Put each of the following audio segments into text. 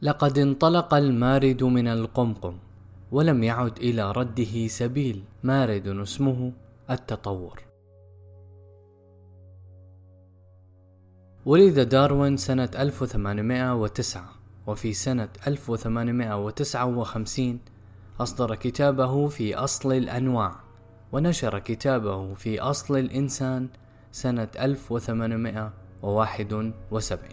لقد انطلق المارد من القمقم ولم يعد إلى رده سبيل. مارد اسمه التطور. ولد داروين سنة 1809، وفي سنة 1859 أصدر كتابه في أصل الأنواع، ونشر كتابه في أصل الإنسان سنة 1871.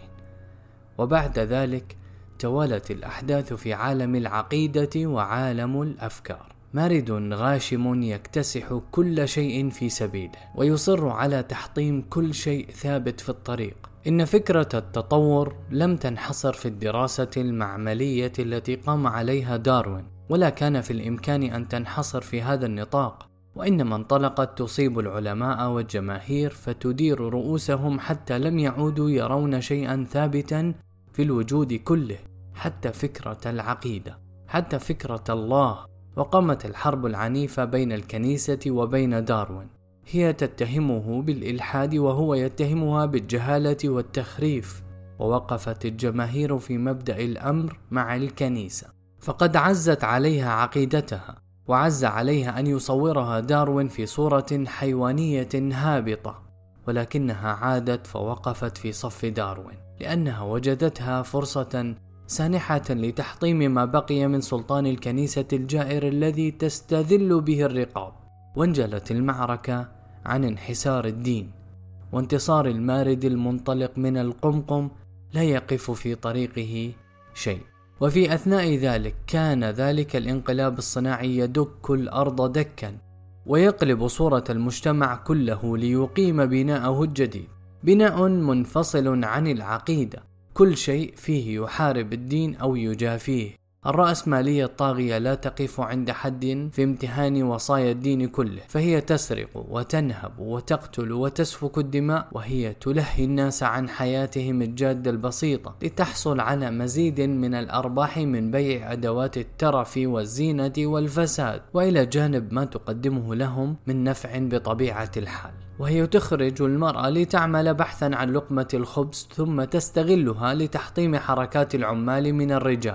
وبعد ذلك توالت الأحداث في عالم العقيدة وعالم الأفكار. مارد غاشم يكتسح كل شيء في سبيله، ويصر على تحطيم كل شيء ثابت في الطريق. إن فكرة التطور لم تنحصر في الدراسة المعملية التي قام عليها داروين، ولا كان في الإمكان أن تنحصر في هذا النطاق، وإنما انطلقت تصيب العلماء والجماهير فتدير رؤوسهم حتى لم يعودوا يرون شيئا ثابتا في الوجود كله، حتى فكرة العقيدة، حتى فكرة الله. وقامت الحرب العنيفة بين الكنيسة وبين داروين، هي تتهمه بالإلحاد وهو يتهمها بالجهالة والتخريف. ووقفت الجماهير في مبدأ الأمر مع الكنيسة، فقد عزت عليها عقيدتها، وعز عليها أن يصورها داروين في صورة حيوانية هابطة، ولكنها عادت فوقفت في صف داروين، لأنها وجدتها فرصة سانحة لتحطيم ما بقي من سلطان الكنيسة الجائر الذي تستذل به الرقاب. وانجلت المعركة عن انحسار الدين، وانتصار المارد المنطلق من القمقم لا يقف في طريقه شيء. وفي أثناء ذلك كان ذلك الانقلاب الصناعي يدك الأرض دكا، ويقلب صورة المجتمع كله ليقيم بناءه الجديد، بناء منفصل عن العقيدة، كل شيء فيه يحارب الدين أو يجافيه. الرأسمالية الطاغية لا تقف عند حد في امتهان وصايا الدين كله، فهي تسرق وتنهب وتقتل وتسفك الدماء، وهي تلهي الناس عن حياتهم الجادة البسيطة لتحصل على مزيد من الأرباح من بيع أدوات الترف والزينة والفساد، وإلى جانب ما تقدمه لهم من نفع بطبيعة الحال. وهي تخرج المرأة لتعمل بحثا عن لقمة الخبز، ثم تستغلها لتحطيم حركات العمال من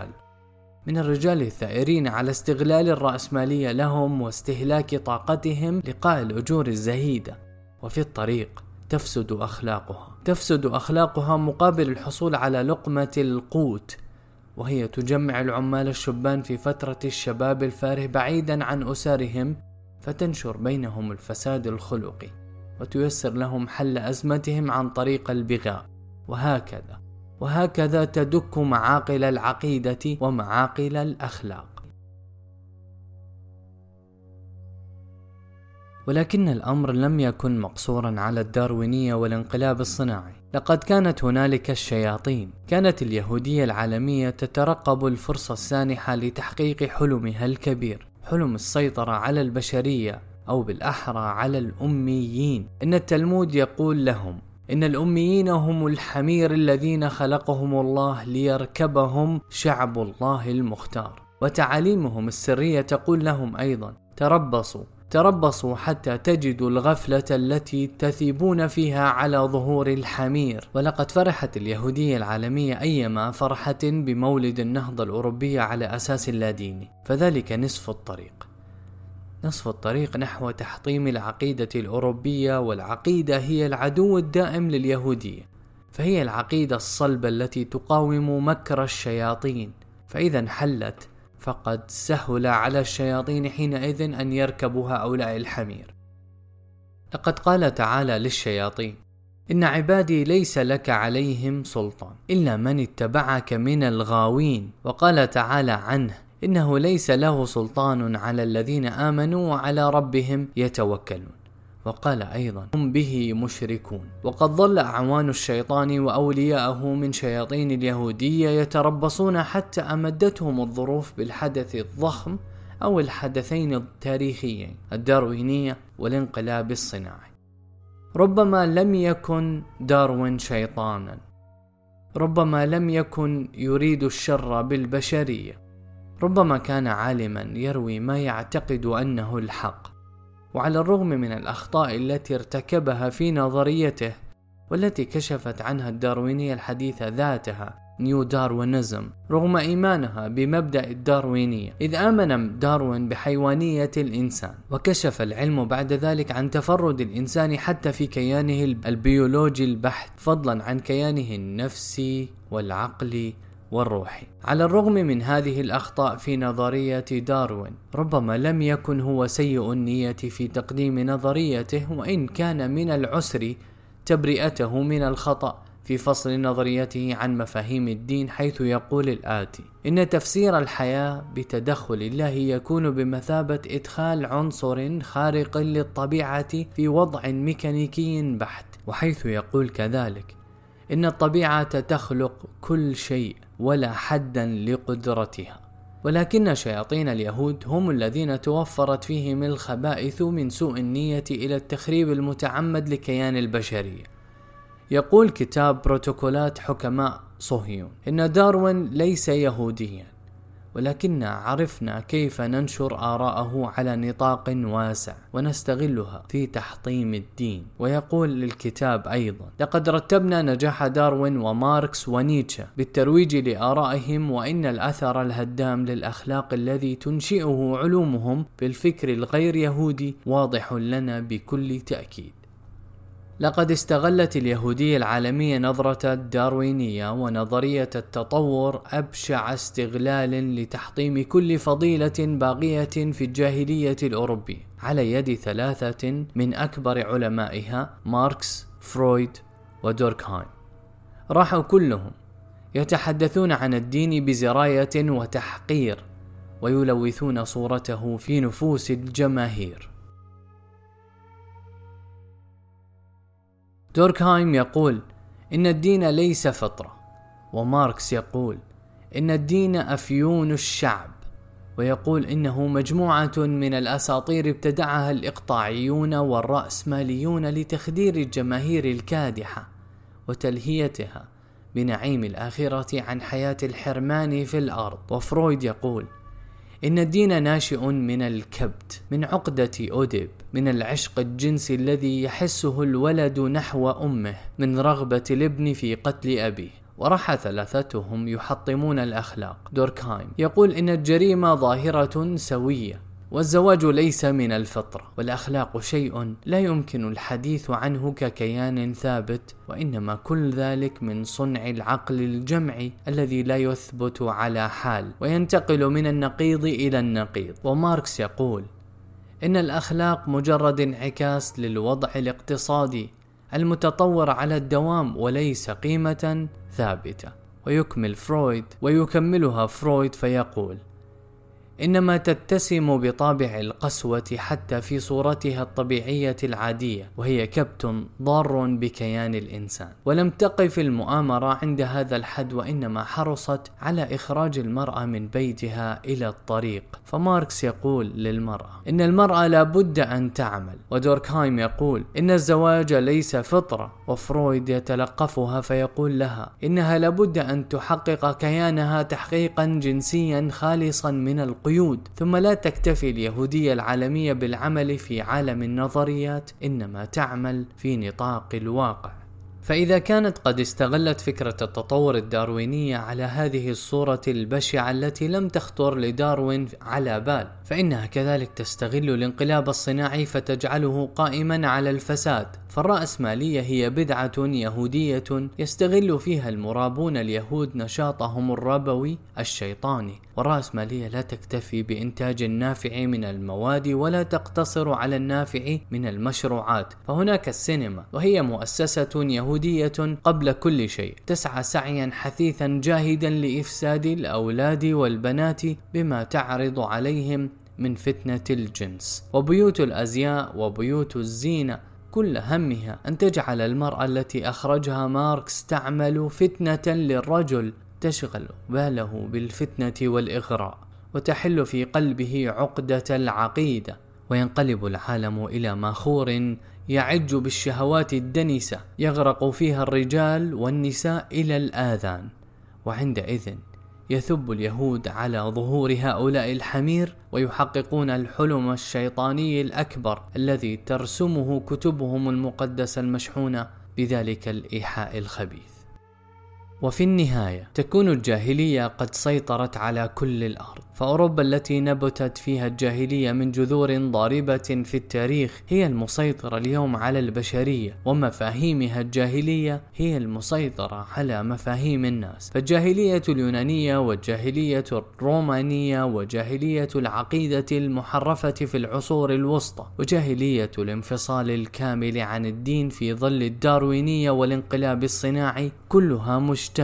الرجال الثائرين على استغلال الرأسمالية لهم واستهلاك طاقتهم لقاء الأجور الزهيدة. وفي الطريق تفسد أخلاقها مقابل الحصول على لقمة القوت، وهي تجمع العمال الشبان في فترة الشباب الفاره بعيدا عن أسرهم، فتنشر بينهم الفساد الخلقي، وتيسر لهم حل أزمتهم عن طريق البغاء. وهكذا تدك معاقل العقيدة ومعاقل الأخلاق. ولكن الأمر لم يكن مقصورا على الداروينية والانقلاب الصناعي، لقد كانت هنالك الشياطين. كانت اليهودية العالمية تترقب الفرصة السانحة لتحقيق حلمها الكبير، حلم السيطرة على البشرية، أو بالأحرى على الأميين. إن التلمود يقول لهم إن الأميين هم الحمير الذين خلقهم الله ليركبهم شعب الله المختار. وتعاليمهم السرية تقول لهم أيضا: تربصوا حتى تجدوا الغفلة التي تثيبون فيها على ظهور الحمير. ولقد فرحت اليهودية العالمية أيما فرحة بمولد النهضة الأوروبية على أساس لا ديني، فذلك نصف الطريق نحو تحطيم العقيدة الأوروبية. والعقيدة هي العدو الدائم لليهودية، فهي العقيدة الصلبة التي تقاوم مكر الشياطين، فإذا انحلت فقد سهل على الشياطين حينئذ أن يركبوا هؤلاء الحمير. لقد قال تعالى للشياطين: إن عبادي ليس لك عليهم سلطان إلا من اتبعك من الغاوين. وقال تعالى عنه: إنه ليس له سلطان على الذين آمنوا وعلى ربهم يتوكلون. وقال أيضا: هم به مشركون. وقد ظل أعوان الشيطان وأولياءه من شياطين اليهودية يتربصون حتى أمدتهم الظروف بالحدث الضخم أو الحدثين التاريخيين، الداروينية والانقلاب الصناعي. ربما لم يكن داروين شيطانا، ربما لم يكن يريد الشر بالبشرية، ربما كان عالما يروي ما يعتقد أنه الحق، وعلى الرغم من الأخطاء التي ارتكبها في نظريته والتي كشفت عنها الداروينية الحديثة ذاتها نيو داروينزم رغم إيمانها بمبدأ الداروينية، إذ آمن داروين بحيوانية الإنسان. وكشف العلم بعد ذلك عن تفرد الإنسان حتى في كيانه البيولوجي البحت، فضلا عن كيانه النفسي والعقلي والروحي. على الرغم من هذه الأخطاء في نظرية داروين، ربما لم يكن هو سيء النية في تقديم نظريته، وإن كان من العسر تبرئته من الخطأ في فصل نظريته عن مفاهيم الدين، حيث يقول الآتي: إن تفسير الحياة بتدخل الله يكون بمثابة إدخال عنصر خارق للطبيعة في وضع ميكانيكي بحت، وحيث يقول كذلك: إن الطبيعة تخلق كل شيء ولا حدا لقدرتها، ولكن شياطين اليهود هم الذين توفرت فيهم الخبائث من سوء النية إلى التخريب المتعمد لكيان البشرية. يقول كتاب بروتوكولات حكماء صهيون إن داروين ليس يهوديا، ولكننا عرفنا كيف ننشر آراءه على نطاق واسع ونستغلها في تحطيم الدين. ويقول للكتاب أيضا: لقد رتبنا نجاح داروين وماركس ونيتشه بالترويج لآرائهم، وإن الأثر الهدام للأخلاق الذي تنشئه علومهم في الفكر الغير يهودي واضح لنا بكل تأكيد. لقد استغلت اليهودية العالمية نظرة الداروينية ونظرية التطور أبشع استغلال لتحطيم كل فضيلة باقية في الجاهلية الأوروبية على يد ثلاثة من أكبر علمائها، ماركس، فرويد، ودوركهايم. راحوا كلهم يتحدثون عن الدين بزراية وتحقير، ويلوثون صورته في نفوس الجماهير. دوركهايم يقول إن الدين ليس فطرة، وماركس يقول إن الدين أفيون الشعب، ويقول إنه مجموعة من الأساطير ابتدعها الإقطاعيون والرأسماليون لتخدير الجماهير الكادحة وتلهيتها بنعيم الآخرة عن حياة الحرمان في الأرض. وفرويد يقول إن الدين ناشئ من الكبت، من عقدة أوديب، من العشق الجنسي الذي يحسه الولد نحو أمه، من رغبة الابن في قتل أبيه. وراح ثلاثتهم يحطمون الأخلاق. دوركهايم يقول إن الجريمة ظاهرة سوية، والزواج ليس من الفطرة، والأخلاق شيء لا يمكن الحديث عنه ككيان ثابت، وإنما كل ذلك من صنع العقل الجمعي الذي لا يثبت على حال وينتقل من النقيض إلى النقيض. وماركس يقول إن الأخلاق مجرد انعكاس للوضع الاقتصادي المتطور على الدوام وليس قيمة ثابتة. ويكملها فرويد فيقول إنما تتسم بطابع القسوة حتى في صورتها الطبيعية العادية، وهي كبت ضار بكيان الإنسان. ولم تقف المؤامرة عند هذا الحد، وإنما حرصت على إخراج المرأة من بيتها إلى الطريق. فماركس يقول للمرأة إن المرأة لابد أن تعمل، ودوركهايم يقول إن الزواج ليس فطرة، وفرويد يتلقفها فيقول لها إنها لابد أن تحقق كيانها تحقيقا جنسيا خالصا من القيود. ثم لا تكتفي اليهودية العالمية بالعمل في عالم النظريات، إنما تعمل في نطاق الواقع. فإذا كانت قد استغلت فكرة التطور الداروينية على هذه الصورة البشعة التي لم تخطر لداروين على بال، فإنها كذلك تستغل الانقلاب الصناعي فتجعله قائما على الفساد. فالرأسمالية هي بدعة يهودية يستغل فيها المرابون اليهود نشاطهم الربوي الشيطاني. والرأسمالية لا تكتفي بإنتاج النافع من المواد ولا تقتصر على النافع من المشروعات، فهناك السينما، وهي مؤسسة يهودية قبل كل شيء تسعى سعيا حثيثا جاهدا لإفساد الأولاد والبنات بما تعرض عليهم من فتنة الجنس. وبيوت الأزياء وبيوت الزينة كل همها أن تجعل المرأة التي أخرجها ماركس تعمل فتنة للرجل، تشغل باله بالفتنة والإغراء، وتحل في قلبه عقدة العقيدة، وينقلب العالم إلى ماخور يعج بالشهوات الدنسة يغرق فيها الرجال والنساء إلى الآذان. وعندئذ يثب اليهود على ظهور هؤلاء الحمير ويحققون الحلم الشيطاني الأكبر الذي ترسمه كتبهم المقدسة المشحونة بذلك الإيحاء الخبيث. وفي النهاية تكون الجاهلية قد سيطرت على كل الأرض، فأوروبا التي نبتت فيها الجاهلية من جذور ضاربة في التاريخ هي المسيطرة اليوم على البشرية، ومفاهيمها الجاهلية هي المسيطرة على مفاهيم الناس. فالجاهلية اليونانية والجاهلية الرومانية وجاهلية العقيدة المحرفة في العصور الوسطى وجاهلية الانفصال الكامل عن الدين في ظل الداروينية والانقلاب الصناعي كلها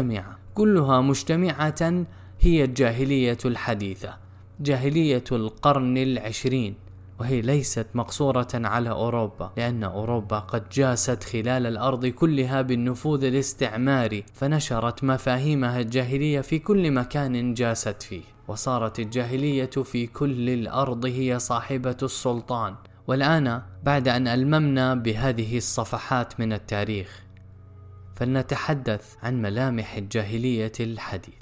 مجتمعة هي الجاهلية الحديثة، جاهلية القرن العشرين، وهي ليست مقصورة على أوروبا، لأن أوروبا قد جاست خلال الأرض كلها بالنفوذ الاستعماري، فنشرت مفاهيمها الجاهلية في كل مكان جاست فيه، وصارت الجاهلية في كل الأرض هي صاحبة السلطان. والآن بعد أن ألممنا بهذه الصفحات من التاريخ، فلنتحدث عن ملامح الجاهلية الحديثة.